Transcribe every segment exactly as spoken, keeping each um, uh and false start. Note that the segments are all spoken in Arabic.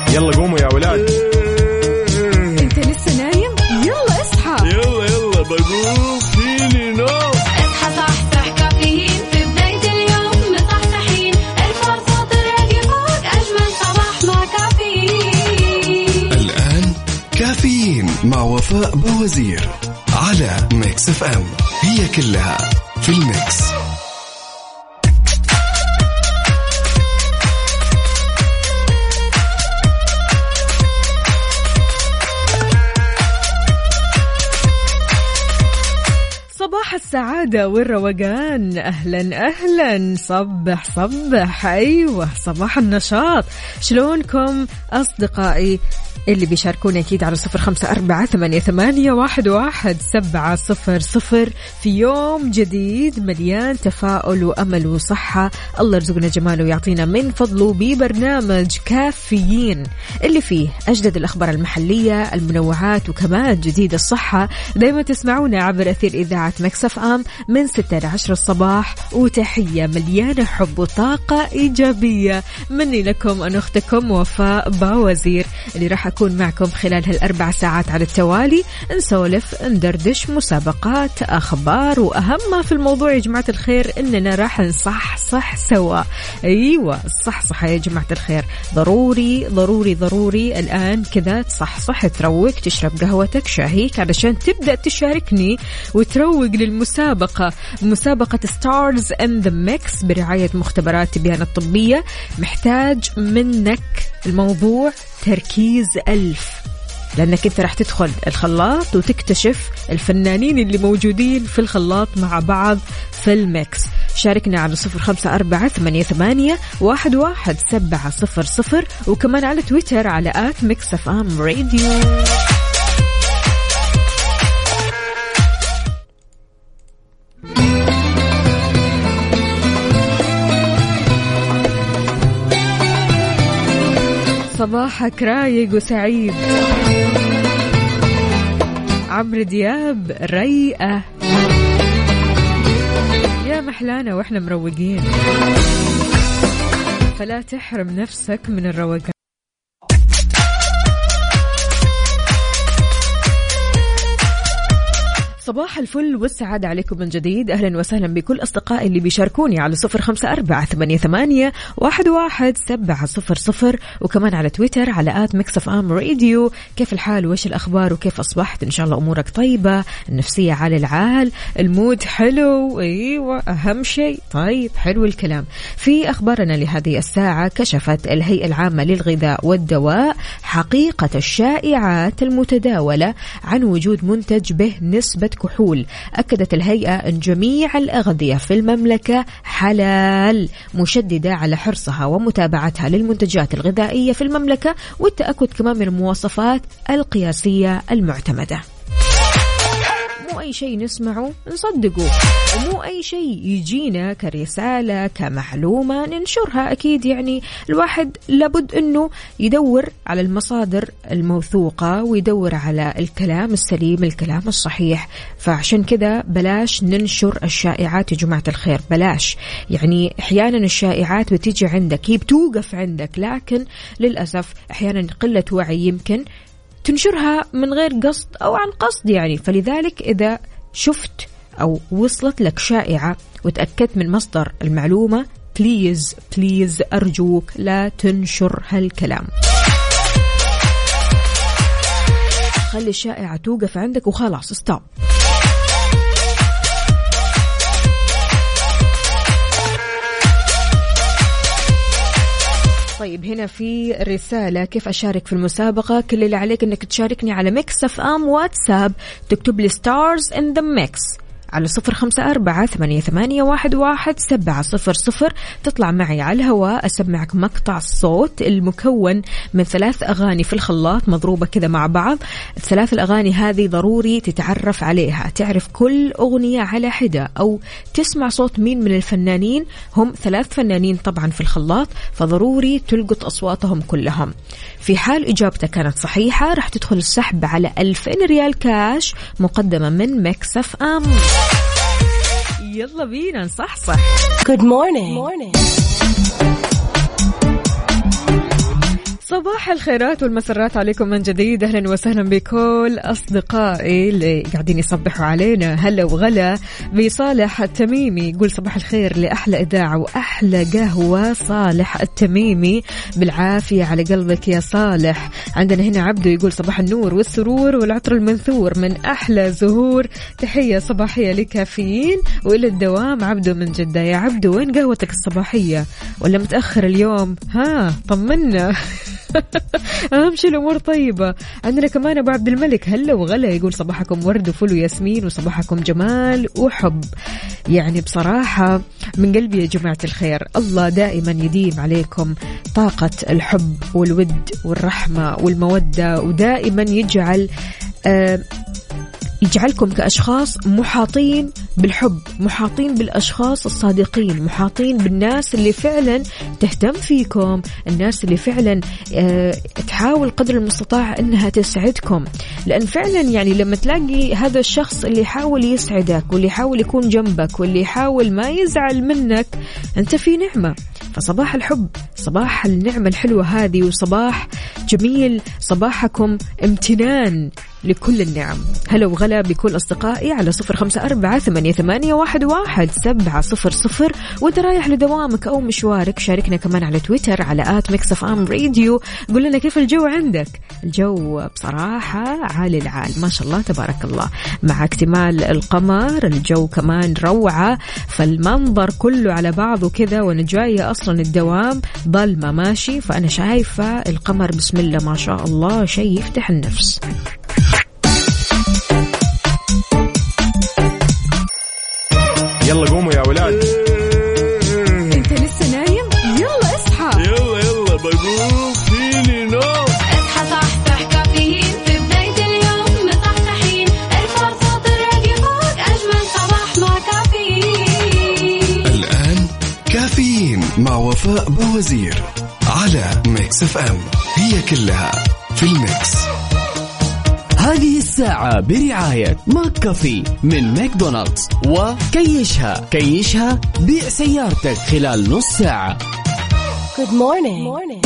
يلا قوموا يا ولاد. انت لسه نايم؟ يلا اصحى. يلا يلا بقوم فيني نوم. اصحى صحصح كافيين في بداية اليوم مصحصحين. ارفع صوت الراديو فوق أجمل صباح مع كافيين. الآن كافيين مع وفاء بوزير على ميكس اف ام. هي كلها في الميكس. صباح السعادة والروقان. أهلا أهلا، صبح صبح. أيوة صباح النشاط. شلونكم أصدقائي اللي بيشاركوني أكيد على صفر خمسة أربعة ثمانية ثمانية واحد واحد سبعة صفر صفر في يوم جديد مليان تفاؤل وأمل وصحة. الله يرزقنا جماله ويعطينا من فضله ببرنامج كافيين اللي فيه أجدد الأخبار المحلية، المنوعات، وكمان جديد الصحة. دايما تسمعونا عبر أثير إذاعة ميكس اف ام من ستة لعشرة الصباح. وتحية مليانة حب وطاقة إيجابية مني لكم أنا أختكم وفاء باوزير اللي راح أكون معكم خلال هالأربع ساعات على التوالي. نسولف، ندردش، مسابقات، أخبار، وأهم ما في الموضوع يا جماعة الخير إننا راح نصح صح سوا. أيوة الصح صح يا جماعة الخير، ضروري ضروري ضروري الآن كذا تصح صح، تروق، تشرب قهوتك شاهيك علشان تبدأ تشاركني وتروق للمسابقة، مسابقة ستارز إن ذا ميكس برعاية مختبرات تبيان الطبية. محتاج منك الموضوع تركيز ألف، لأنك أنت راح تدخل الخلاط وتكتشف الفنانين اللي موجودين في الخلاط مع بعض في الميكس. شاركنا على صفر خمسة أربعة ثمانية ثمانية واحد واحد سبعة صفر صفر، وكمان على تويتر على آت ميكس اف ام راديو. صباحك رايق وسعيد. عمرو دياب ريئة يا محلانا واحنا مروقين، فلا تحرم نفسك من الروقان. صباح الفل والسعادة عليكم من جديد. أهلا وسهلا بكل أصدقائي اللي بيشاركوني على صفر خمسة أربعة ثمانية ثمانية واحد واحد سبعة صفر صفر، وكمان على تويتر على آت ميكس اف ام راديو. كيف الحال وإيش الأخبار وكيف أصبحت؟ إن شاء الله أمورك طيبة، النفسية على العال، المود حلو. أيوة أهم شيء. طيب حلو الكلام. في أخبارنا لهذه الساعة، كشفت الهيئة العامة للغذاء والدواء حقيقة الشائعات المتداولة عن وجود منتج به نسبة كحول. أكدت الهيئة أن جميع الأغذية في المملكة حلال، مشددة على حرصها ومتابعتها للمنتجات الغذائية في المملكة والتأكد كمان من المواصفات القياسية المعتمدة. مو أي شيء نسمعه نصدقه، ومو أي شيء يجينا كرسالة كمعلومة ننشرها. أكيد يعني الواحد لابد أنه يدور على المصادر الموثوقة ويدور على الكلام السليم، الكلام الصحيح. فعشان كذا بلاش ننشر الشائعات يا جماعة الخير، بلاش. يعني أحيانا الشائعات بتيجي عندك، هي بتوقف عندك، لكن للأسف أحيانا قلة وعي يمكن تنشرها من غير قصد أو عن قصد يعني. فلذلك إذا شفت أو وصلت لك شائعة وتأكدت من مصدر المعلومة، بليز بليز أرجوك لا تنشر هالكلام. خلي الشائعة توقف عندك وخلاص، ستوب. طيب هنا في رسالة، كيف أشارك في المسابقة؟ كل اللي عليك أنك تشاركني على ميكس اف ام واتساب، تكتب لي ستارز ان ذا ميكس على صفر خمسة أربعة ثمانية ثمانية واحد واحد سبعة صفر صفر. تطلع معي على الهواء، أسمعك مقطع الصوت المكون من ثلاث أغاني في الخلاط مضروبة كذا مع بعض. الثلاث الأغاني هذه ضروري تتعرف عليها، تعرف كل أغنية على حدة، أو تسمع صوت مين من الفنانين. هم ثلاث فنانين طبعا في الخلاط، فضروري تلقط أصواتهم كلهم. في حال إجابتك كانت صحيحة راح تدخل السحب على ألفين ريال كاش مقدمة من ميكس اف ام. يلا بينا نصح صح. Good morning. Good morning. صباح صباح الخيرات والمسرات عليكم من جديد. أهلا وسهلا بكل أصدقائي اللي قاعدين يصبحوا علينا. هلا وغلا بصالح التميمي، يقول صباح الخير لأحلى إذاعة وأحلى قهوة. صالح التميمي بالعافية على قلبك يا صالح. عندنا هنا عبدو يقول صباح النور والسرور والعطر المنثور من أحلى زهور. تحية صباحية لكافيين وإلى الدوام. عبدو من جدة. يا عبدو وين قهوتك الصباحية ولا متأخر اليوم؟ ها طمنا. أهم شيء الأمور طيبة. عندنا كمان أبو عبد الملك هلا وغلا، يقول صباحكم ورد وفل وياسمين وصباحكم جمال وحب. يعني بصراحة من قلبي يا جماعة الخير، الله دائما يديم عليكم طاقة الحب والود والرحمة والمودة، ودائما يجعل آه يجعلكم كأشخاص محاطين بالحب، محاطين بالأشخاص الصادقين، محاطين بالناس اللي فعلا تهتم فيكم، الناس اللي فعلا أه تحاول قدر المستطاع أنها تسعدكم. لأن فعلا يعني لما تلاقي هذا الشخص اللي يحاول يسعدك واللي يحاول يكون جنبك واللي يحاول ما يزعل منك، أنت في نعمة. فصباح الحب، صباح النعمة الحلوة هذه، وصباح جميل، صباحكم امتنان لكل النعم. هلا وغلا بكل أصدقائي على صفر خمسة أربعة ثمانية ثمانية واحد واحد سبعة صفر صفر. وانت رايح لدوامك أو مشوارك شاركنا كمان على تويتر على آت ميكس أف أم راديو. قول لنا كيف الجو عندك. الجو بصراحة عالي العال ما شاء الله تبارك الله، مع اكتمال القمر الجو كمان روعة، فالمنظر كله على بعضه كذا. وانا جاية أصلا الدوام ظلمة ماشي، فأنا شايفة القمر بسم الله ما شاء الله شيء يفتح النفس. يلا قوموا يا ولاد. انت لسه نايم؟ يلا اصحى. يلا يلا بقوم فيني نوم. اصحى صحصح كافيين في بداية اليوم مصحصحين. ارفع صوت الراديو فوق أجمل صباح مع كافيين. الآن كافيين مع وفاء بوزير على ميكس اف ام، هي كلها في الميكس. هذه الساعة برعاية ماك كافي من ماكدونالدز وكيشها. كيشها بيع سيارتك خلال نص ساعة. Good morning. Good morning.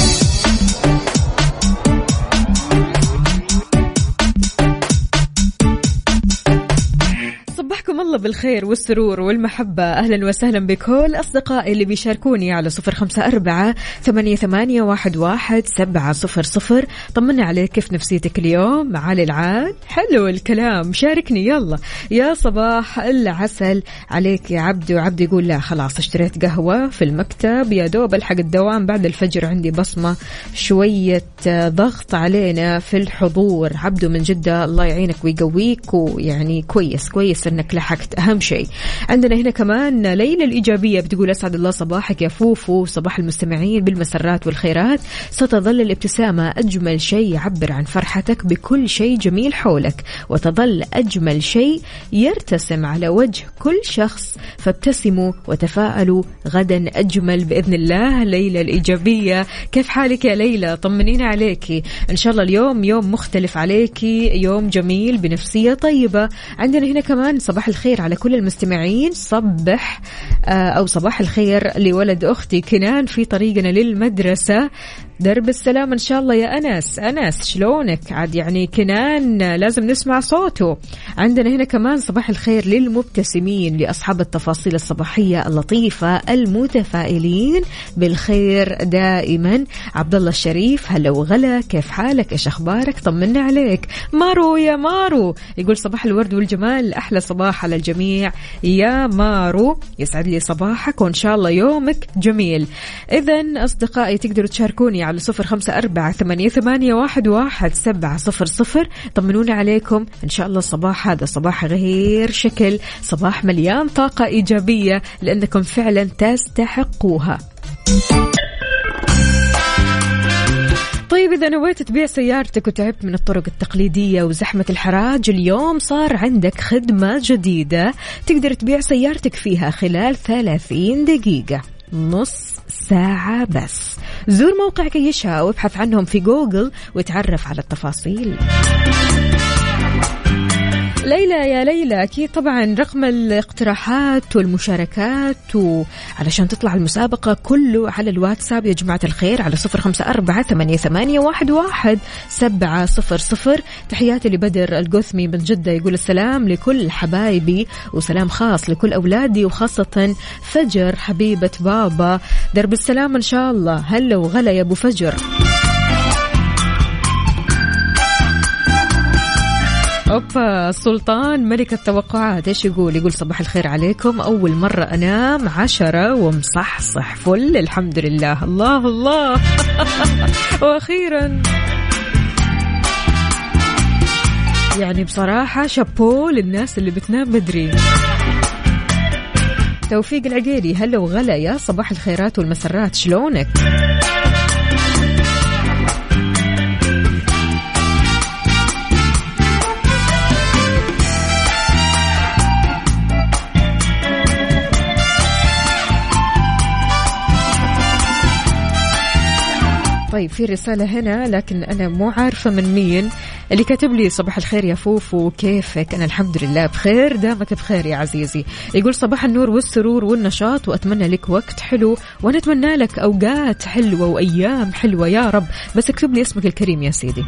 صبحكم الله بالخير والسرور والمحبة. أهلا وسهلا بكل أصدقائي اللي بيشاركوني على صفر خمسة أربعة ثمانية ثمانية واحد واحد سبعة صفر صفر. طمنا عليك كيف نفسيتك اليوم. على العاد حلو الكلام، شاركني يلا. يا صباح العسل عليك يا عبدو. عبد يقول لا خلاص اشتريت قهوة في المكتب يا دوب الحق الدوام بعد الفجر، عندي بصمة شوية ضغط علينا في الحضور. عبدو من جدة الله يعينك ويقويك، ويعني كويس كويس انك لحقت اهم شيء. عندنا هنا كمان ليلى الايجابيه بتقول اسعد الله صباحك يا فوفو، صباح المستمعين بالمسرات والخيرات. ستظل الابتسامه اجمل شيء يعبر عن فرحتك بكل شيء جميل حولك، وتظل اجمل شيء يرتسم على وجه كل شخص، فابتسموا وتفاءلوا، غدا اجمل باذن الله. ليلى الايجابيه كيف حالك يا ليلى؟ طمنينا عليكي، ان شاء الله اليوم يوم مختلف عليكي، يوم جميل بنفسيه طيبه. عندنا هنا كمان صباح الخير على كل المستمعين. صبح أو صباح الخير لولد أختي كنان في طريقنا للمدرسة، درب السلام إن شاء الله يا أنس. أنس شلونك عاد؟ يعني كنان لازم نسمع صوته. عندنا هنا كمان صباح الخير للمبتسمين، لأصحاب التفاصيل الصباحية اللطيفة، المتفائلين بالخير دائما. عبد الله الشريف هلا وغلا، كيف حالك؟ إيش أخبارك؟ طمنا عليك. مارو يا مارو يقول صباح الورد والجمال، أحلى صباح على الجميع يا مارو، يسعد لي صباحك وإن شاء الله يومك جميل. إذن أصدقائي تقدروا تشاركوني على صفر خمسة أربعة ثمانية ثمانية واحد واحد سبعة صفر صفر. طمنونا عليكم، إن شاء الله الصباح هذا صباح غير شكل، صباح مليان طاقة إيجابية لأنكم فعلا تستحقوها. طيب إذا نويت تبيع سيارتك وتعبت من الطرق التقليدية وزحمة الحراج، اليوم صار عندك خدمة جديدة تقدر تبيع سيارتك فيها خلال ثلاثين دقيقة، نص ساعة بس. زور موقع كيشها وابحث عنهم في جوجل وتعرف على التفاصيل. ليلى يا ليلى أكيد طبعا رقم الاقتراحات والمشاركات وعلشان تطلع المسابقة كله على الواتساب يا جماعة الخير على صفر خمسة أربعة ثمانية ثمانية واحد واحد سبعة صفر صفر. تحياتي لبدر القثمي من جدة يقول السلام لكل حبايبي وسلام خاص لكل أولادي وخاصة فجر حبيبة بابا درب السلام إن شاء الله. هلا وغلا يا أبو فجر. أوبا سلطان ملك التوقعات إيش يقول؟ يقول صباح الخير عليكم، أول مرة أنام عشرة ومصحصح فل الحمد لله. الله الله وأخيرا يعني بصراحة شابو للناس اللي بتنام بدري. توفيق العقيلي هلا وغلا يا صباح الخيرات والمسرات شلونك؟ طيب في رسالة هنا لكن أنا مو عارفة من مين اللي كاتب لي صباح الخير يا فوفو كيفك؟ أنا الحمد لله بخير دامك بخير يا عزيزي. يقول صباح النور والسرور والنشاط وأتمنى لك وقت حلو وأنا أتمنى لك أوقات حلوة وأيام حلوة يا رب، بس اكتب لي اسمك الكريم يا سيدي.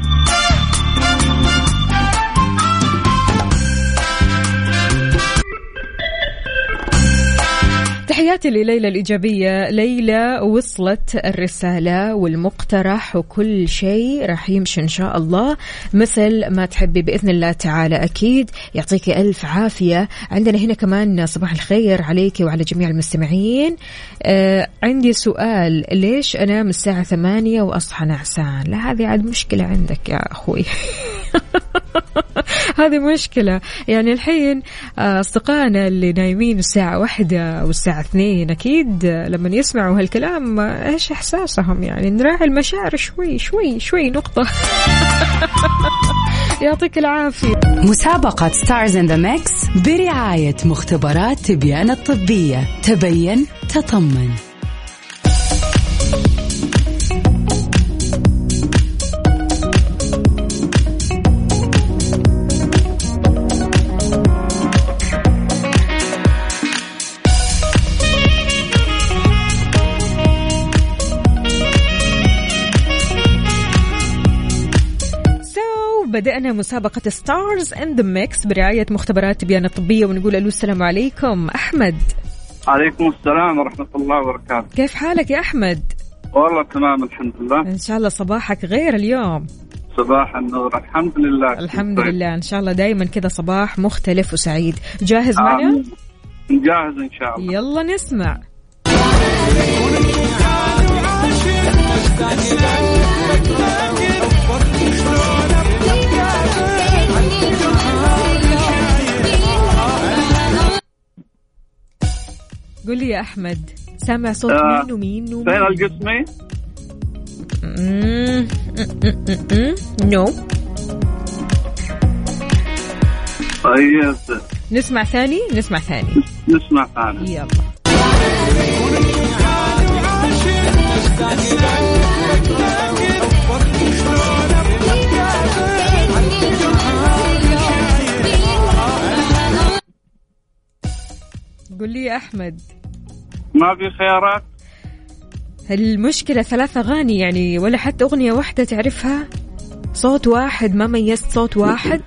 تحياتي لليلى الإيجابية. ليلى وصلت الرسالة والمقترح وكل شيء راح يمشي إن شاء الله مثل ما تحبي بإذن الله تعالى. أكيد يعطيك ألف عافية. عندنا هنا كمان صباح الخير عليك وعلى جميع المستمعين. آه عندي سؤال، ليش أنام الساعة ثمانية وأصحى نعسان؟ لا هذه عاد مشكلة عندك يا أخوي هذه مشكلة. يعني الحين أصدقائنا اللي نايمين الساعة واحدة والساعة اثنين أكيد لما يسمعوا هالكلام إيش إحساسهم؟ يعني نراعي المشاعر شوي شوي شوي نقطة يعطيك العافية. مسابقة ستارز إن ذا ميكس برعاية مختبرات تبيان الطبية، تبين تطمن. بدأنا مسابقة ستارز إن ذا ميكس برعاية مختبرات تبيان الطبية ونقول ألو السلام عليكم. أحمد. عليكم السلام ورحمة الله وبركاته. كيف حالك يا أحمد؟ والله تمام الحمد لله. إن شاء الله صباحك غير اليوم. صباح النور الحمد لله. الحمد لله إن شاء الله دايما كذا صباح مختلف وسعيد. جاهز معنا؟ جاهز إن شاء الله. يلا نسمع. قل لي يا أحمد سامع صوت آه مين ومين ومين؟ حسين الجسمي. نو. طيب نسمع ثاني نسمع ثاني نسمع ثاني يلا. قل لي يا أحمد. ما في خيارات؟ المشكلة ثلاث أغاني يعني ولا حتى أغنية واحدة تعرفها؟ صوت واحد ما ميزت صوت واحد؟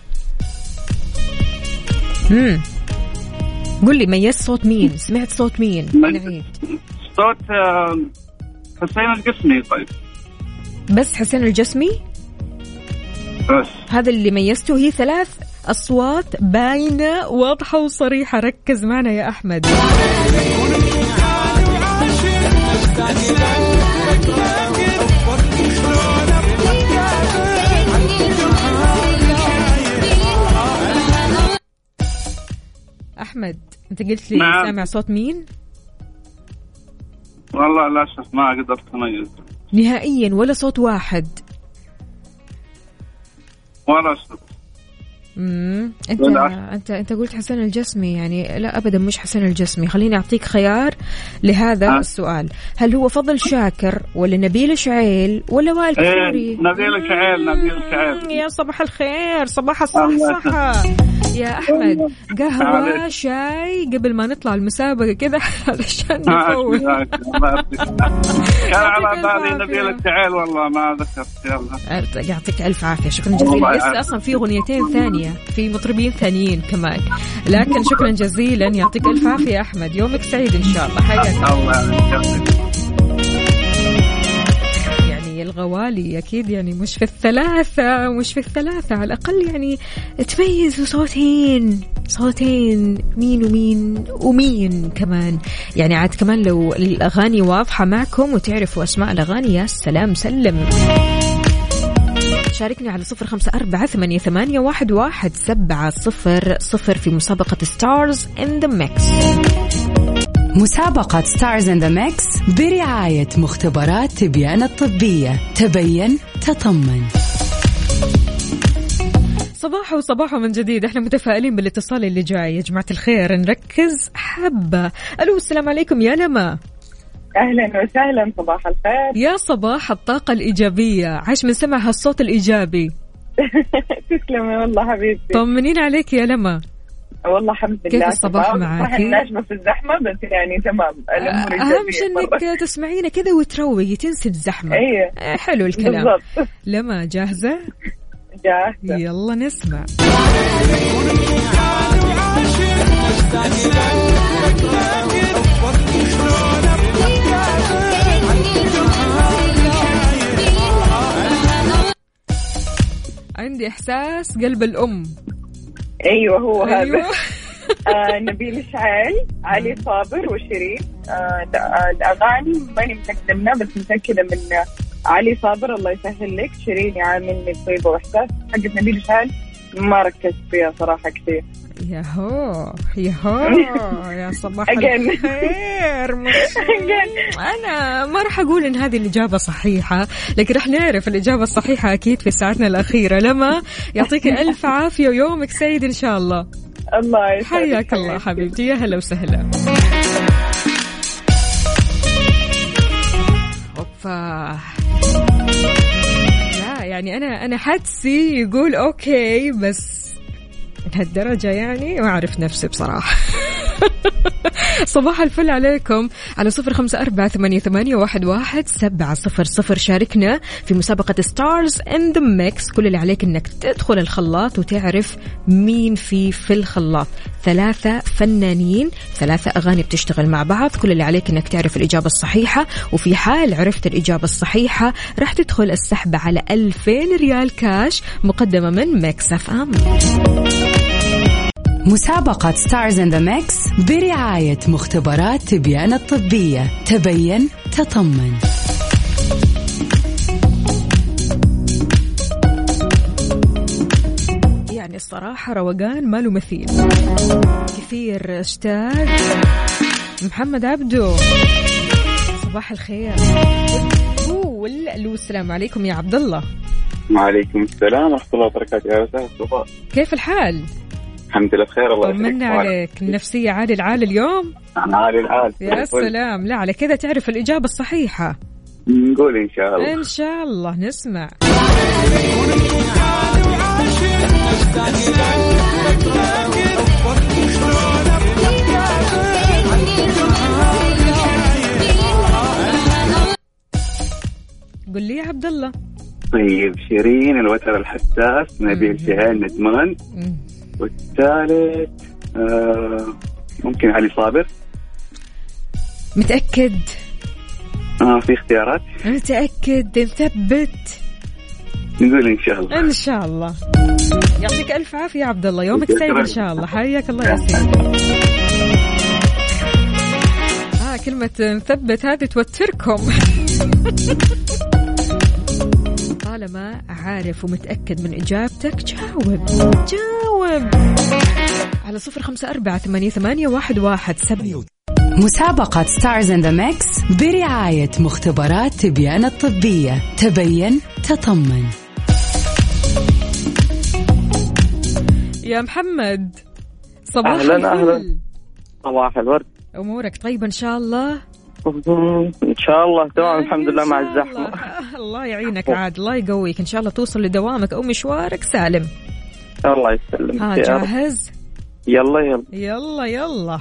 مم. قل لي ميزت صوت مين؟ سمعت صوت مين؟ نعيد. صوت حسين الجسمي. طيب بس حسين الجسمي؟ بس هذا اللي ميزته. هي ثلاث أصوات باينة واضحة وصريحة. ركز معنا يا أحمد. أحمد أنت قلت لي نعم. سامع صوت مين؟ والله للأسف ما قدرت أميز نهائيا ولا صوت واحد ولا صوت. امم انت انت انت قلت حسن الجسمي يعني لا ابدا مش حسن الجسمي. خليني اعطيك خيار لهذا أه؟ السؤال. هل هو فضل شاكر ولا نبيل شعيل ولا وائل كفوري؟ نبيل شعيل. نبيل شعيل. يا صباح الخير صباح الصحصحة. يا أحمد قهوة شاي قبل ما نطلع المسابقة كذا علشان نفوز. كان على بالي نبيل التعال والله ما ذكرت. يلا يعطيك ألف عافية، شكرا جزيلا. لسه أصلا في أغنيتين ثانية في مطربين ثانيين كمان، لكن شكرا جزيلا، يعطيك ألف عافية يا أحمد، يومك سعيد إن شاء الله. حياك الله. الغوالي أكيد يعني مش في الثلاثة، مش في الثلاثة على الأقل يعني تميزوا صوتين صوتين مين ومين ومين كمان، يعني عاد كمان لو الأغاني واضحة معكم وتعرفوا أسماء الأغاني يا سلام سلم. شاركني على صفر خمسة أربعة ثمانية ثمانية واحد واحد سبعة صفر صفر في مسابقة ستارز إن ذا ميكس. مسابقة ستارز إن ذا ميكس برعاية مختبرات تبيان الطبية. تبين تطمن. صباح وصباح من جديد، احنا متفائلين بالاتصال اللي جاي يا جماعة الخير، نركز حبة. ألو السلام عليكم يا لما. أهلا وسهلا، صباح الخير. يا صباح الطاقة الإيجابية، عاش من سمع هالصوت الإيجابي. تسلمي والله حبيبتي. طمنين عليك يا لما. والله الحمد لله. كيف الصباح معك؟ الناشمة في الزحمة بس يعني تمام. أهم شيء إنك تسمعينا كذا وتروي تنسي الزحمة. أيه. حلو الكلام. بالضبط. لما جاهزة؟ جاهزة. يلا نسمع. عندي إحساس قلب الأم. أيوة هو هذا. أيوة. آه نبيل شعال، علي صابر وشيرين. آه الأغاني ماني متأكدة منها بس متأكدة من علي صابر الله يسهل لك، شيرين يعاملني بطيبة وإحساس. حقت نبيل شعال ما ركزت فيها صراحة كثير. ياهو ياهو يا صباح الخير. أنا ما راح أقول إن هذه الإجابة صحيحة، لكن راح نعرف الإجابة الصحيحة أكيد في ساعتنا الأخيرة. لما يعطيك ألف عافية ويومك سعيد إن شاء الله. الله يسعدك. حياك الله حبيبتي، يا هلا وسهلا. أوبا. لا يعني أنا أنا حدسي يقول أوكي بس لهالدرجة يعني ما أعرف نفسي بصراحة. صباح الفل عليكم على صفر خمسة أربعة ثمانية ثمانية واحد واحد سبعة صفر صفر. شاركنا في مسابقة ستارز إن ذا ميكس. كل اللي عليك إنك تدخل الخلاط وتعرف مين في في الخلاط. ثلاثة فنانين، ثلاثة أغاني بتشتغل مع بعض. كل اللي عليك إنك تعرف الإجابة الصحيحة، وفي حال عرفت الإجابة الصحيحة راح تدخل السحب على ألفين ريال كاش مقدمة من ميكس اف ام. مسابقة ستارز إن ذا ميكس برعاية مختبرات تبيان الطبية. تبين تطمن. يعني الصراحة روقان ما له مثيل، كثير اشتاق. محمد عبدو صباح الخير. قول الو السلام عليكم يا عبد الله. وعليكم السلام ورحمة الله وبركاته. يا وسهلا. كيف الحال؟ الحمد لله بخير الله يسعدك. طمنا عليك. النفسية عالي العال اليوم؟ عالي العال. يا سلام. لا على كذا تعرف الإجابة الصحيحة. نقول إن شاء الله. إن شاء الله نسمع. قل لي يا عبد الله. طيب شيرين الوتر الحساس، نبيل شعال ندمان، والثالث آه ممكن علي صابر. متأكد؟ آه في اختيارات. متأكد؟ نثبت؟ نقول إن شاء الله. إن شاء الله. يعطيك ألف عافية يا عبد الله، يومك سعيد إن شاء الله. حياك الله يا سيدي. آه كلمة نثبت هذه توتركم. طالما عارف ومتأكد من إجابتك جاوب جاوب على صفر خمسة أربعة ثمانية ثمانية واحد واحد سبعة. مسابقة ستارز إن ذا ميكس برعاية مختبرات تبيان الطبية. تبين تطمن. يا محمد صباح أهلاً الفل. أهلاً. صباح الورد. أمورك طيبة إن شاء الله؟ إن شاء الله تمام الحمد لله مع الزحمة. الله يعينك عاد، الله يقويك إن شاء الله توصل لدوامك أو مشوارك سالم. الله يسلمك ها يا رب. جاهز؟ يلا يلا يلا يلا.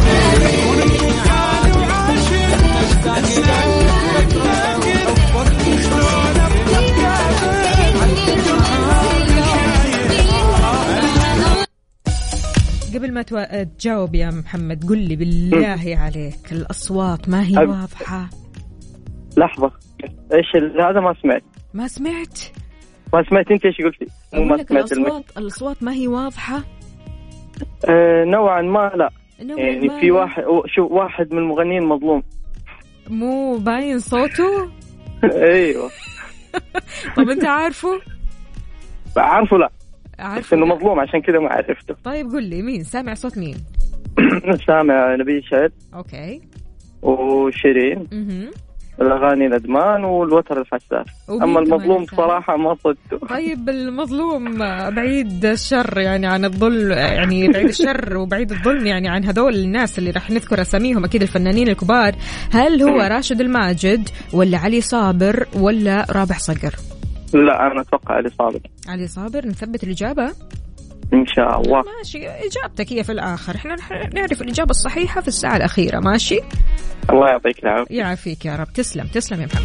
قبل ما تو- تجاوب يا محمد قل لي بالله عليك الأصوات ما هي أب- واضحة. لحظة، ايش ال- هذا ما سمعت ما سمعت؟ ما سمعت انت ايش قلتي؟ مو أقول ما لك سمعت الم... الأصوات الأصوات ما هي واضحة. آه نوعا ما لا، نوعاً يعني ما في لا. واحد شو واحد من المغنيين مظلوم. مو باين صوته. ايوه طب أنت عارفه؟ عارفه لا، بس عارفه انه لا. مظلوم عشان كذا ما عرفته. طيب قل لي مين سامع صوت مين؟ سامع نبيل شعيب أوكي. وشيرين مهم. الأغاني الأدمان والوتر الحساس. ومين أما كمان المظلوم سامع؟ صراحة ما صدته. طيب المظلوم بعيد الشر يعني عن الظلم، يعني بعيد الشر وبعيد الظلم يعني عن هذول الناس اللي راح نذكر أساميهم أكيد الفنانين الكبار. هل هو راشد الماجد ولا علي صابر ولا رابح صقر؟ لا أنا أتوقع علي صابر. علي صابر. نثبت الإجابة. إن شاء الله. ماشي إجابتك هي في الآخر. إحنا رح نعرف الإجابة الصحيحة في الساعة الأخيرة. ماشي الله يعطيك العافية. يعافيك يا رب. تسلم تسلم يا محمد.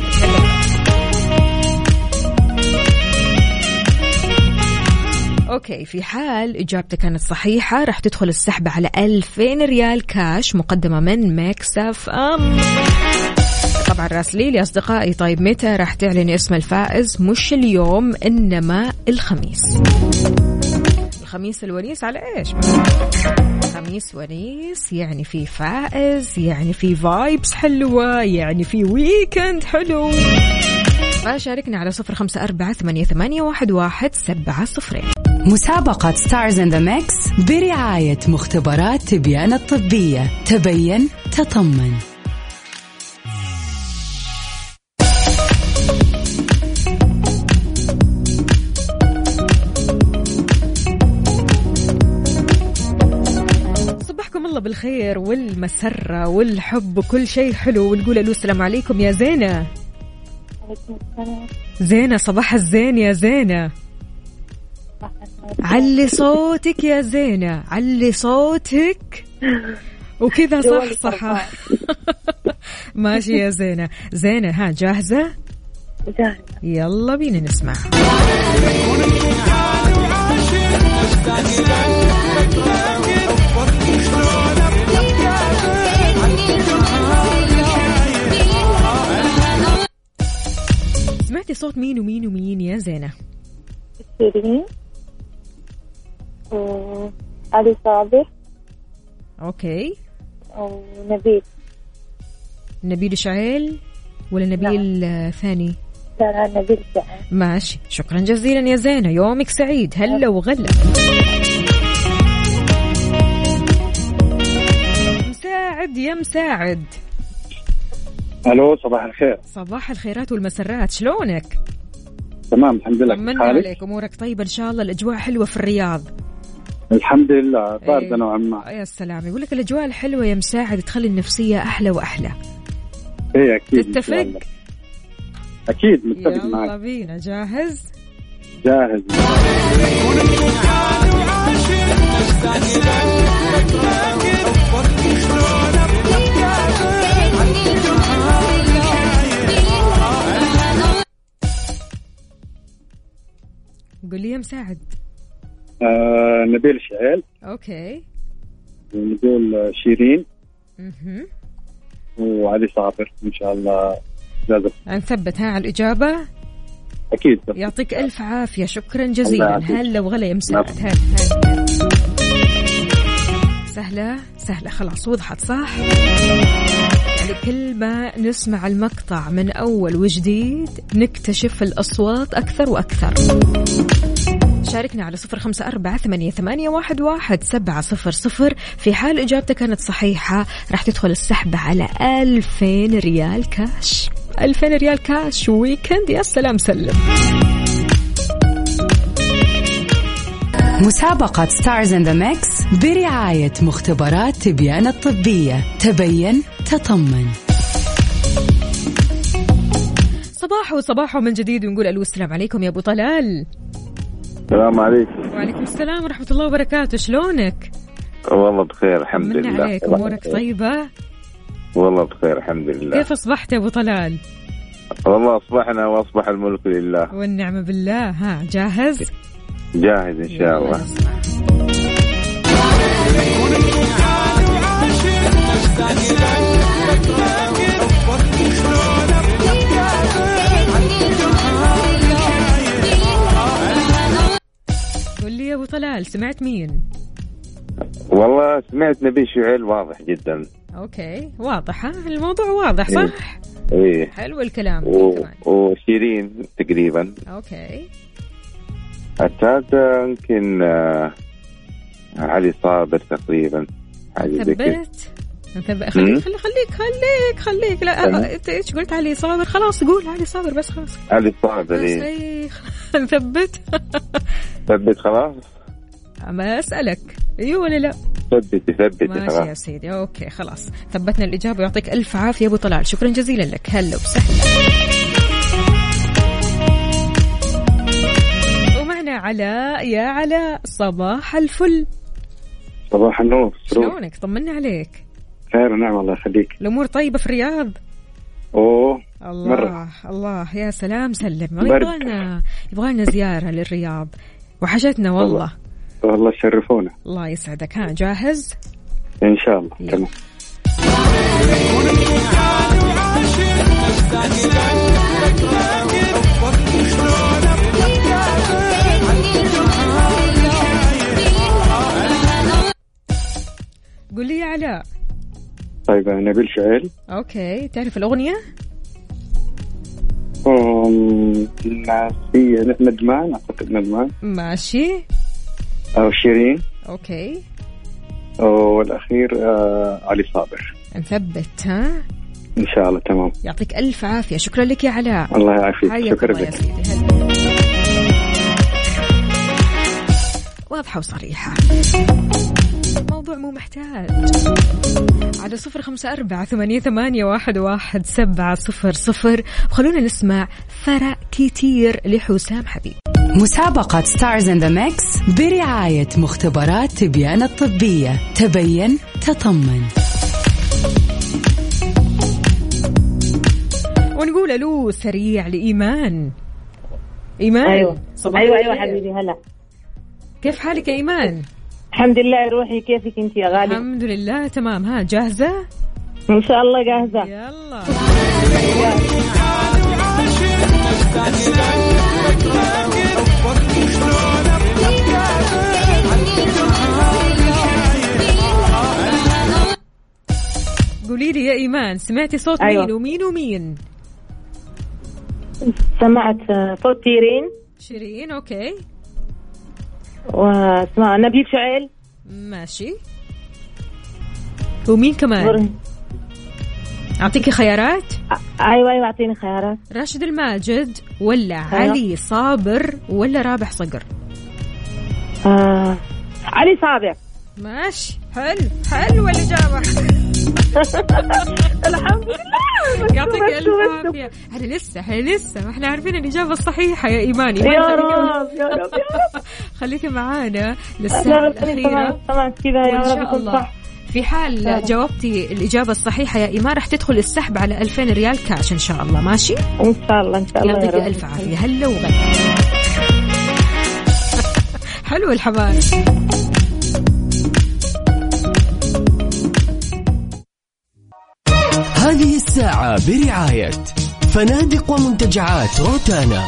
أوكي في حال إجابتك كانت صحيحة راح تدخل السحب على ألفين ريال كاش مقدمة من ميكس اف ام. طبعا راسلي لي أصدقائي طيب متى راح تعلني اسم الفائز؟ مش اليوم إنما الخميس. الخميس الونيس على إيش؟ خميس ونيس يعني في فائز، يعني في فايبس حلوة، يعني في ويكند حلو. فشاركنا على صفر خمسة أربعة ثمانية ثمانية واحد واحد سبعة صفرين. مسابقة ستارز إن ذا ميكس برعاية مختبرات تبيان الطبية. تبين تطمن. صبحكم الله بالخير والمسرة والحب وكل شيء حلو، ونقول له السلام عليكم يا زينة. زينة صباح الزين يا زينة. علي صوتك يا زينة، علي صوتك وكذا صح صح. ماشي يا زينة. زينة ها جاهزة؟ جاهزة. يلا بينا نسمع. سمعتي صوت مين ومين ومين يا زينة؟ شيرين وعلي صابر أوكي. ونبيل. نبيل شعيل ولا نبيل آه ثاني؟ لا لا نبيل شعيل. ماشي شكرا جزيلا يا زينة، يومك سعيد. هلا وغلا. مساعد يا مساعد. الو صباح الخير. صباح الخيرات والمسرات، شلونك؟ تمام الحمد لله. طمنا عليك، امورك طيبه ان شاء الله؟ الاجواء حلوه في الرياض؟ الحمد لله باردة ايه. نوعا ما. يا سلام، يقول لك الاجواء الحلوه يا مساعد تخلي النفسيه احلى واحلى. ايه اكيد. تتفق؟ اكيد متفق يلا معك. بينا. جاهز؟ جاهز. قول لي يا مساعد. آه نبيل شعيل. اوكي. ونقول شيرين. اها. وعلي صابر ان شاء الله. جازف. نثبت ها على الاجابه. اكيد. يعطيك الف عافيه، شكرا جزيلا. هلا وغلا يا مساعد. نعم. هلا هلا. سهله سهله خلاص وضحت صح. يعني كل ما نسمع المقطع من أول وجديد نكتشف الأصوات أكثر وأكثر. شاركنا على صفر خمسة أربعة ثمانية ثمانية واحد واحد سبعة صفر صفر. في حال إجابتك كانت صحيحة راح تدخل السحب على ألفين ريال كاش. ألفين ريال كاش ويكند. يا سلام سلم. مسابقة ستارز إن ذا ميكس برعاية مختبرات تبيان الطبية. تبين تطمن. صباح وصباح من جديد ونقول ألو السلام عليكم يا أبو طلال. السلام عليكم. وعليكم السلام ورحمة الله وبركاته. شلونك؟ والله بخير الحمد من لله. عليك أمورك طيبة؟ والله بخير الحمد لله. كيف أصبحت يا أبو طلال؟ والله أصبحنا وأصبح الملك لله والنعمة بالله. ها جاهز؟ جاهز إن شاء الله. قل لي يا أبو طلال سمعت مين؟ والله سمعت نبيل شعيل واضح جدا. أوكي واضح. ها الموضوع واضح صح؟ إيه حلو الكلام. و... وشيرين تقريبا. أوكي الثالثة يمكن آه... علي صابر تقريبا. ثبت ثبت. خليك خليك خليك خليك خليك لا انت ايش قلت؟ علي صابر. خلاص قول علي صابر بس. خلاص علي صابر. ايه ثبت. ثبت خلاص. ما اسالك ايوه ولا لا؟ ثبت ثبت ماشي خلاص يا سيدي. اوكي خلاص ثبتنا الاجابه. يعطيك الف عافيه ابو طلال. شكرا جزيلا لك. هلا وسهلا. ومعنا علاء. يا علاء صباح الفل. صباح النور. شلونك؟ طمنا عليك. خير ونعم الله يخليك. الامور طيبه في الرياض؟ اوه الله مرة. الله يا سلام. سلم. يبغالنا يبغالنا زياره للرياض. وحشتنا والله. والله شرفونا. الله يسعدك. ها جاهز ان شاء الله. تمام. قل لي يا علاء. طيب نبيل شعيل. اوكي تعرف الاغنيه؟ امم ناسي. ندمان اعتقد. ندمان. ماشي. او شيرين. اوكي. والاخير آه علي صابر. نثبت. ها ان شاء الله. تمام. يعطيك الف عافيه. شكرا لك يا علاء. الله يعافيك. شكرا لك. واضحه وصريحه. موضوع مو محتاج. على صفر خمسة أربعة ثمانية ثمانية واحد واحد سبعة صفر صفر. وخلونا نسمع فرق كتير لحسام حبيب. مسابقة ستارز إن ذا ميكس برعاية مختبرات تبيان الطبية. تبين تطمن. ونقول ألو سريع لإيمان. إيمان. أيوة صباح أيوة أيوة حبيبي. هلا كيف حالك يا إيمان؟ الحمد لله. روحي كيفك انت يا غالي؟ الحمد لله تمام. ها جاهزة؟ ان شاء الله جاهزة. يلا. قولي لي يا إيمان سمعتي صوت أيوة. مين ومين ومين؟ سمعت صوت شيرين. شيرين. أوكي. واسمع نبيل شعيل. ماشي. ومين كمان؟ أعطيكي خيارات؟ أيوة أيوة أعطيني خيارات. راشد الماجد ولا أيوة. علي صابر ولا رابح صقر؟ آه. علي صابر. ماشي. حلو حلو الإجابة. الحمد لله. يعطيك ألف عافية. هذا لسه هذا لسه احنا عارفين الإجابة الصحيحة يا إيماني. يا رب يا رب يا رب. خليكي معانا للساعة الأخيرة. طبعا كذا يا رب يكون صح. في حال جاوبتي الإجابة الصحيحة يا إيمان رح تدخل السحب على ألفين ريال كاش إن شاء الله. ماشي إن شاء الله إن شاء الله. يعطيك ألف عافية. هلا وغلا. حلو الحبايب. هذه الساعة برعاية فنادق ومنتجعات روتانا.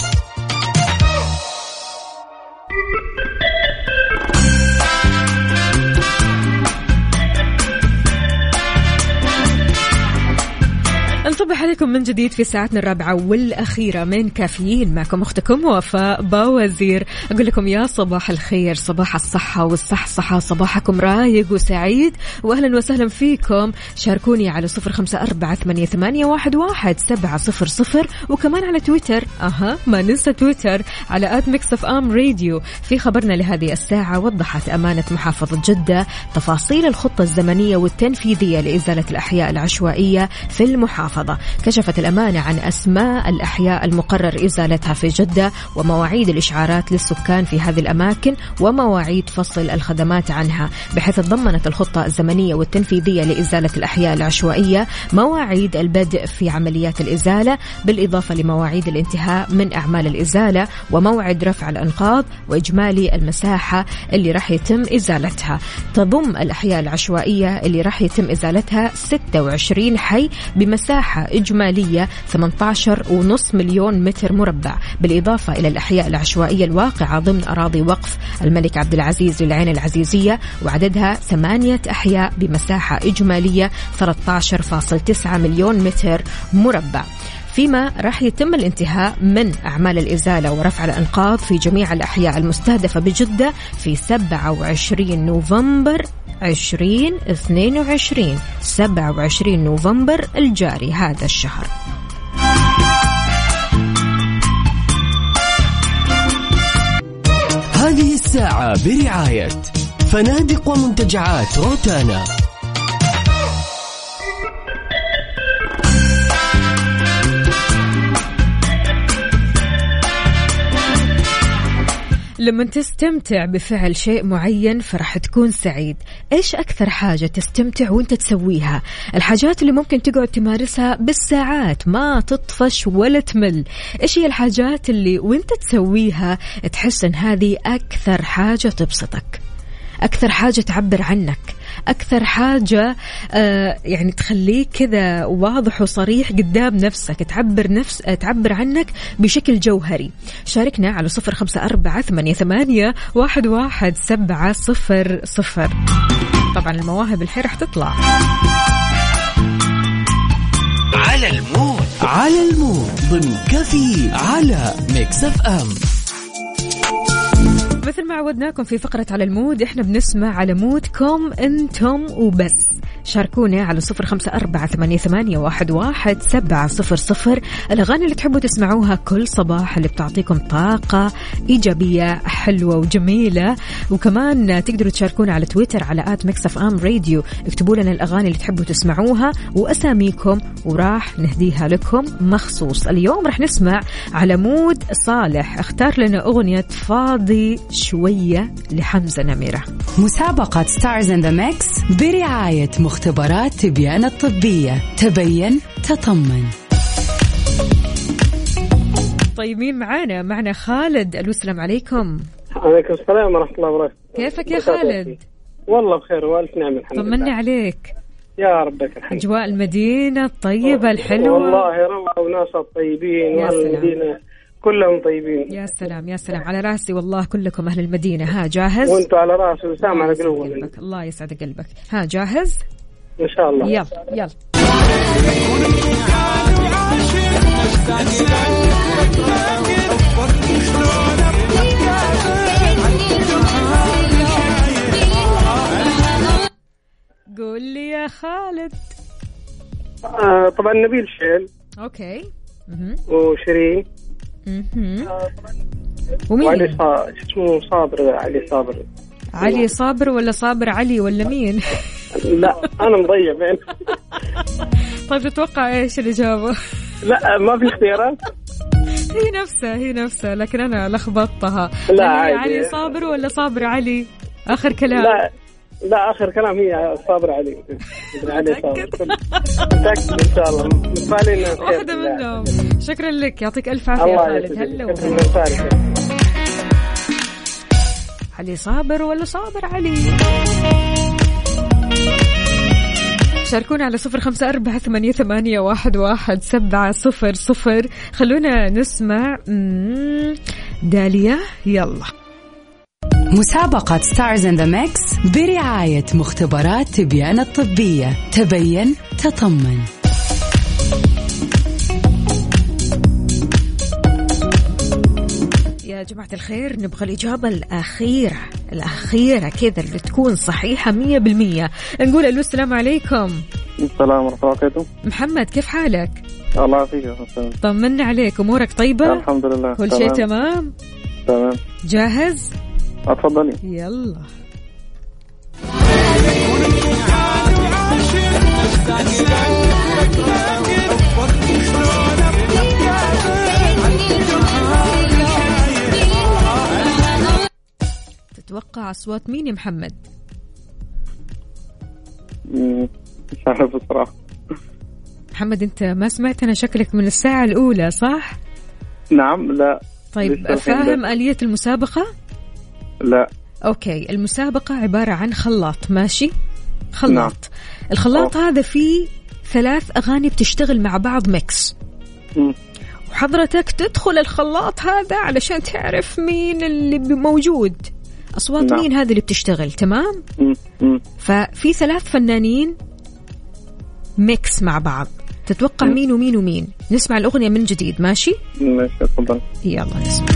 نصبح عليكم من جديد في ساعتنا الرابعة والأخيرة من كافيين. معكم أختكم وفاء باوزير. أقول لكم يا صباح الخير، صباح الصحة والصحصحة، صباحكم رايق وسعيد، وأهلا وسهلا فيكم. شاركوني على صفر خمسة أربعة ثمانية ثمانية واحد واحد سبعة صفر صفر، وكمان على تويتر. أها ما ننسى تويتر على آت ميكس أف أم راديو. في خبرنا لهذه الساعة وضحت أمانة محافظة جدة تفاصيل الخطة الزمنية والتنفيذية لإزالة الأحياء العشوائية في المحافظة. الخطة. كشفت الأمانة عن أسماء الأحياء المقرر إزالتها في جدة ومواعيد الإشعارات للسكان في هذه الأماكن ومواعيد فصل الخدمات عنها، بحيث تضمنت الخطة الزمنية والتنفيذية لإزالة الأحياء العشوائية مواعيد البدء في عمليات الإزالة، بالإضافة لمواعيد الانتهاء من أعمال الإزالة وموعد رفع الأنقاض وإجمالي المساحة اللي راح يتم إزالتها. تضم الأحياء العشوائية اللي راح يتم إزالتها ستة وعشرين حي بمساحة إجمالية ثمانية عشر فاصلة خمسة مليون متر مربع، بالإضافة إلى الأحياء العشوائية الواقعة ضمن أراضي وقف الملك عبد العزيز للعين العزيزية، وعددها ثمانية أحياء بمساحة إجمالية ثلاثة عشر فاصلة تسعة مليون متر مربع. فيما راح يتم الانتهاء من أعمال الإزالة ورفع الأنقاض في جميع الأحياء المستهدفة بجدة في سبعة وعشرين نوفمبر عشرين اثنين وعشرين، سبعة وعشرين نوفمبر الجاري هذا الشهر. هذه الساعة برعاية فنادق ومنتجعات روتانا. لما تستمتع بفعل شيء معين فرح تكون سعيد. إيش أكثر حاجة تستمتع وانت تسويها؟ الحاجات اللي ممكن تقعد تمارسها بالساعات ما تطفش ولا تمل. إيش هي الحاجات اللي وانت تسويها تحس ان هذه أكثر حاجة تبسطك، أكثر حاجة تعبر عنك، أكثر حاجة آه يعني تخليك كذا واضح وصريح قدام نفسك، تعبر نفس تعبر عنك بشكل جوهري. شاركنا على صفر خمسة أربعة ثمانية ثمانية واحد واحد سبعة صفر صفر. طبعا المواهب الحين رح تطلع. على المود على المود ضمن كافيين على ميكس اف ام. مثل ما عودناكم في فقرة على المود، احنا بنسمع على مودكم انتم وبس. شاركونا على صفر خمسة أربعة ثمانية ثمانية واحد واحد سبعة صفر صفر الأغاني اللي تحبوا تسمعوها كل صباح اللي بتعطيكم طاقة إيجابية حلوة وجميلة. وكمان تقدروا تشاركونا على تويتر على آت ميكس اف ام راديو، اكتبوا لنا الأغاني اللي تحبوا تسمعوها وأساميكم وراح نهديها لكم مخصوص. اليوم راح نسمع على مود صالح، اختار لنا أغنية فاضي شوية لحمزة نميرة. مسابقة ستارز إن ذا ميكس برعاية مختبرات تبيان الطبية، تبين تطمن. طيب مين معانا؟ معنا خالد. ألو السلام عليكم. عليكم السلام ورحمة الله وبركاته. كيفك يا خالد؟ والله بخير والف نعم الحمد لله. طمني عليك. يا ربك الحمد. أجواء المدينة الطيبة الحلوة. والله روعة وناس طيبين والمدينة كلهم طيبين. يا سلام يا سلام، على راسي والله كلكم أهل المدينة. ها جاهز؟ وانتوا على راسي وسام على قلوبك. الله يسعد قلبك. ها جاهز؟ إن شاء الله. يلا يلا. قول لي يا خالد. آه طبعا نبيل شيل. أوكي. وشيرين. اها. ومين؟ وعلي صا... اسمه صابر. علي صابر. علي صابر ولا صابر علي ولا مين؟ لا أنا مضيع بين. طيب تتوقع إيش الإجابة؟ لا ما في اختيارات. هي نفسها هي نفسها لكن أنا لخبطتها. لا علي صابر ولا صابر علي؟ آخر كلام. لا لا آخر كلام هي صابر علي. علي صابر. متأكد إن شاء الله. مفعلين واحدة منهم. شكرا لك، يعطيك ألف عافية يا خالد. هلا وسهلا. علي صابر ولا صابر علي؟ شاركونا على صفر خمسة أربعة ثمانية ثمانية واحد واحد سبعة صفر صفر. خلونا نسمع داليا. يلا. مسابقة ستارز إن ذا ميكس برعاية مختبرات تبيان الطبية، تبين تطمن. يا جماعة الخير نبغى الإجابة الأخيرة الأخيرة كذا اللي تكون صحيحة مية بالمية. نقول ألو السلام عليكم. السلام ورحمة الله وبركاته. محمد كيف حالك؟ الله يعافيك. طمنا عليك، أمورك طيبة؟ الحمد لله كل شيء تمام؟ تمام. جاهز؟ أتفضلي. يلا. تتوقع أصوات مين يا محمد؟ مش عارف بصراحة. محمد أنت ما سمعتنا شكلك من الساعة الأولى صح؟ نعم. لا. طيب فاهم آلية المسابقة؟ لا. أوكي المسابقة عبارة عن خلاط ماشي؟ خلاط. نعم. الخلاط أوه. هذا فيه ثلاث أغاني بتشتغل مع بعض ميكس. م. وحضرتك تدخل الخلاط هذا علشان تعرف مين اللي موجود، أصوات نعم. مين هذا اللي بتشتغل. تمام. م. م. ففي ثلاث فنانين ميكس مع بعض، تتوقع م. مين ومين ومين. نسمع الأغنية من جديد ماشي؟ ماشي تفضل. يلا نسمع.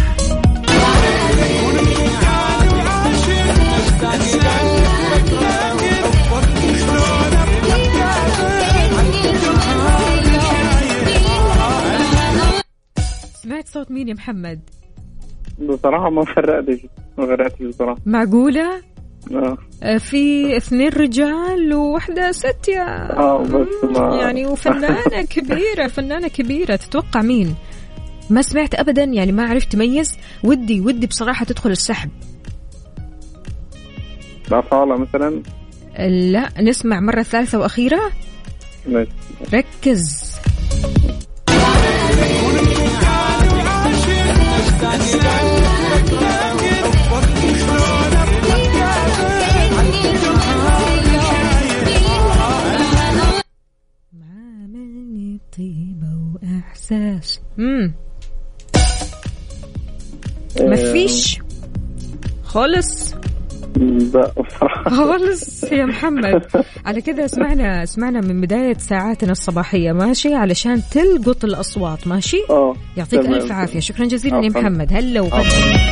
سمعت صوت مين يا محمد؟ بصراحة ما فرقتش ما فرقتش بصراحة. معقولة؟ آه. في اثنين رجال وواحدة ست يا آه بس ما يعني وفنانة كبيرة فنانة كبيرة، تتوقع مين؟ ما سمعت أبدا يعني ما عرفت تميز. ودي ودي بصراحة تدخل السحب. أصالة مثلا؟ لا نسمع مرة ثالثة وأخيرة. ماشي. ركز. معاملني بطيبة وإحساس. امم مفيش خالص خالص يا محمد. على كده اسمعنا اسمعنا من بداية ساعاتنا الصباحية ماشي، علشان تلقط الأصوات ماشي. اه يعطيك تمام. ألف عافية. شكرا جزيلا يا محمد. هلا وغلا.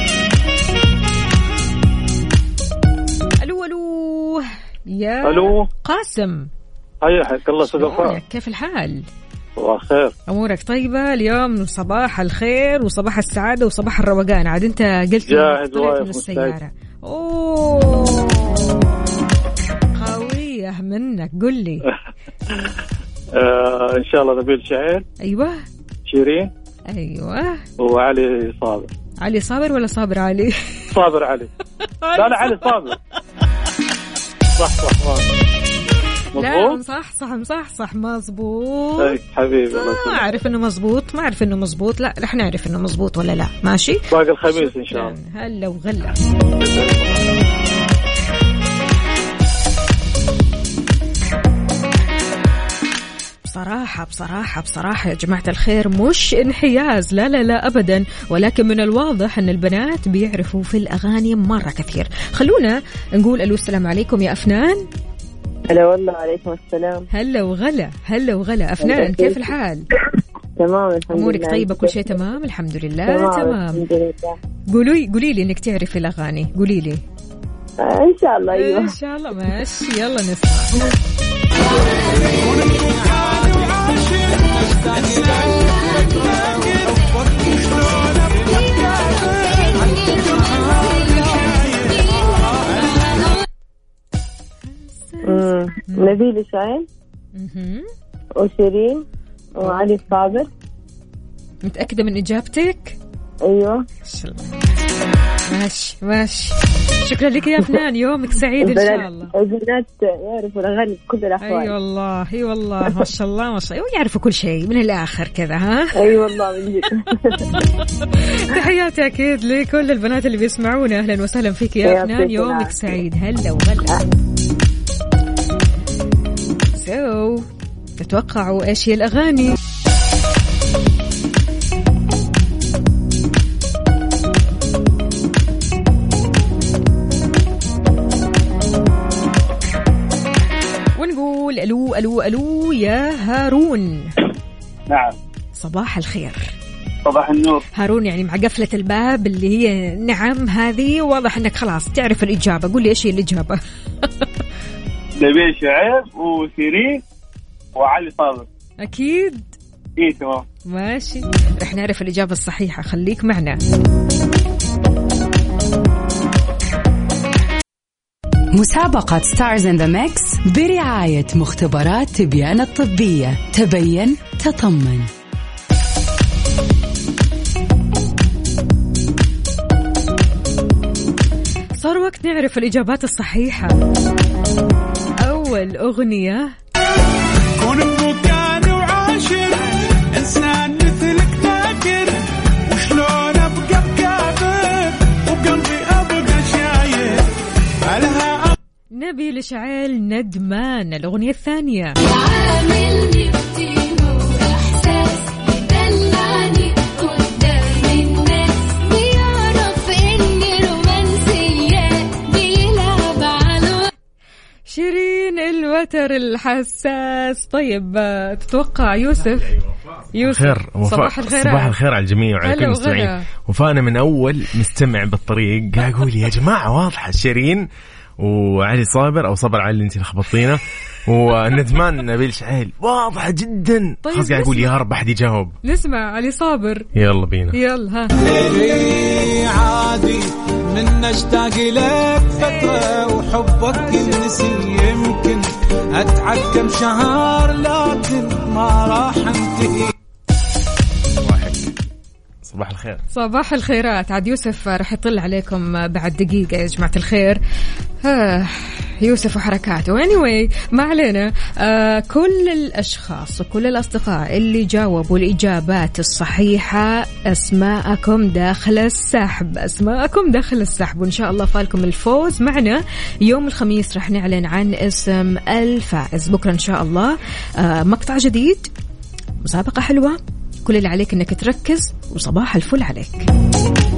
ألو ألو يا ألو قاسم. حياك الله صدفاء. كيف الحال؟ والله خير. أمورك طيبة؟ اليوم صباح الخير وصباح السعادة وصباح الروقان. عاد أنت قلت جاهز واقف من السيارة. أوه قوية منك. قل لي. آه إن شاء الله نبيل شعير. أيوة. شيرين. أيوة. وعلي صابر. علي صابر ولا صابر علي؟ صابر علي. لا لا علي صابر. صح صح صح. لا صح صح صح صح مزبوط. اي حبيبي الله ما اعرف انه مزبوط ما اعرف انه مزبوط. لا رح نعرف انه مزبوط ولا لا. ماشي باقي الخميس ان شاء الله. هلا وغلا. بصراحة بصراحة بصراحة يا جماعة الخير مش انحياز لا لا لا أبدا، ولكن من الواضح أن البنات بيعرفوا في الأغاني مرة كثير. خلونا نقول ألو السلام عليكم يا أفنان. هلا والله. عليكم السلام. هلا وغلا. هلا وغلا أفنان كيف الحال؟ تمام الحمد لله. أمورك طيبة كل شيء تمام الحمد لله تمام. قولي قولي لي إنك تعرفي الأغاني. قولي لي. آه إن شاء الله. أيوة إن شاء الله ماشي. يلا نسمع. نبيل شعير وشيرين وعلي صابر. متأكدة من إجابتك؟ أيوة. ماشي ماشي. شكرا لك يا فنان. يومك سعيد إن شاء الله. البنات يعرفوا الأغاني بكل الأحوال. أي والله أي والله ما شاء الله ما شاء الله يعرفوا كل شيء من الآخر كذا. ها أي والله من جد. تحياتي أكيد لكل البنات اللي بيسمعونا. أهلا وسهلا فيك يا فنان. يومك سعيد. هلا وغلا. سو تتوقعوا إيش هي الأغاني؟ ونقول ألو ألو ألو يا هارون. نعم. صباح الخير. صباح النور. هارون يعني مع قفلة الباب اللي هي نعم هذه واضح أنك خلاص تعرف الإجابة. قول لي إيش هي الإجابة؟ نبيل شعير وشيرين وعلي صابر. أكيد. إيه تمام ماشي رح نعرف الإجابة الصحيحة. خليك معنا. مسابقة ستارز إن ذا ميكس برعاية مختبرات تبيان الطبية. تبين تطمن. صار وقت نعرف الإجابات الصحيحة. أول أغنية كون بمكان وعاشر إنسان مثلك فاكر وشلون أبقى بكابر وقلبي أبقى شاير علىها نبيل شعيل ندمان. الأغنية الثانية عاملني بطيب وإحساس يدلعني قدام الناس بيعرف إني رومانسية بيلعب على شيرين الوتر الحساس. طيب تتوقع يوسف يوسف خير صباح الخير صباح الخير على الجميع وعلى كل المستمعين. وفانا من أول مستمع بالطريق قاعد أقول يا جماعة واضحة شيرين وعلي صابر أو صبر علي أنت لخبطينا وندمان نبيل شعيل واضحة جدا. طيب خلاص قاعد أقول يا رب أحد يجاوب. نسمع علي صابر. يلا بينا يلا ها. عادي من نشتاق لك فترة وحبك نسي يمكن أتعكم شهر لكن ما راح انتهي. صباح الخير. صباح الخيرات. عاد يوسف راح يطل عليكم بعد دقيقة يا جماعة الخير. آه يوسف وحركاته. anyway ما علينا. آه كل الأشخاص وكل الأصدقاء اللي جاوبوا الإجابات الصحيحة أسماءكم داخل السحب. أسماءكم داخل السحب وإن شاء الله فالكم الفوز معنا يوم الخميس. رح نعلن عن اسم الفائز بكرة إن شاء الله. آه مقطع جديد مسابقة حلوة. كل اللي عليك انك تركز وصباح الفل عليك.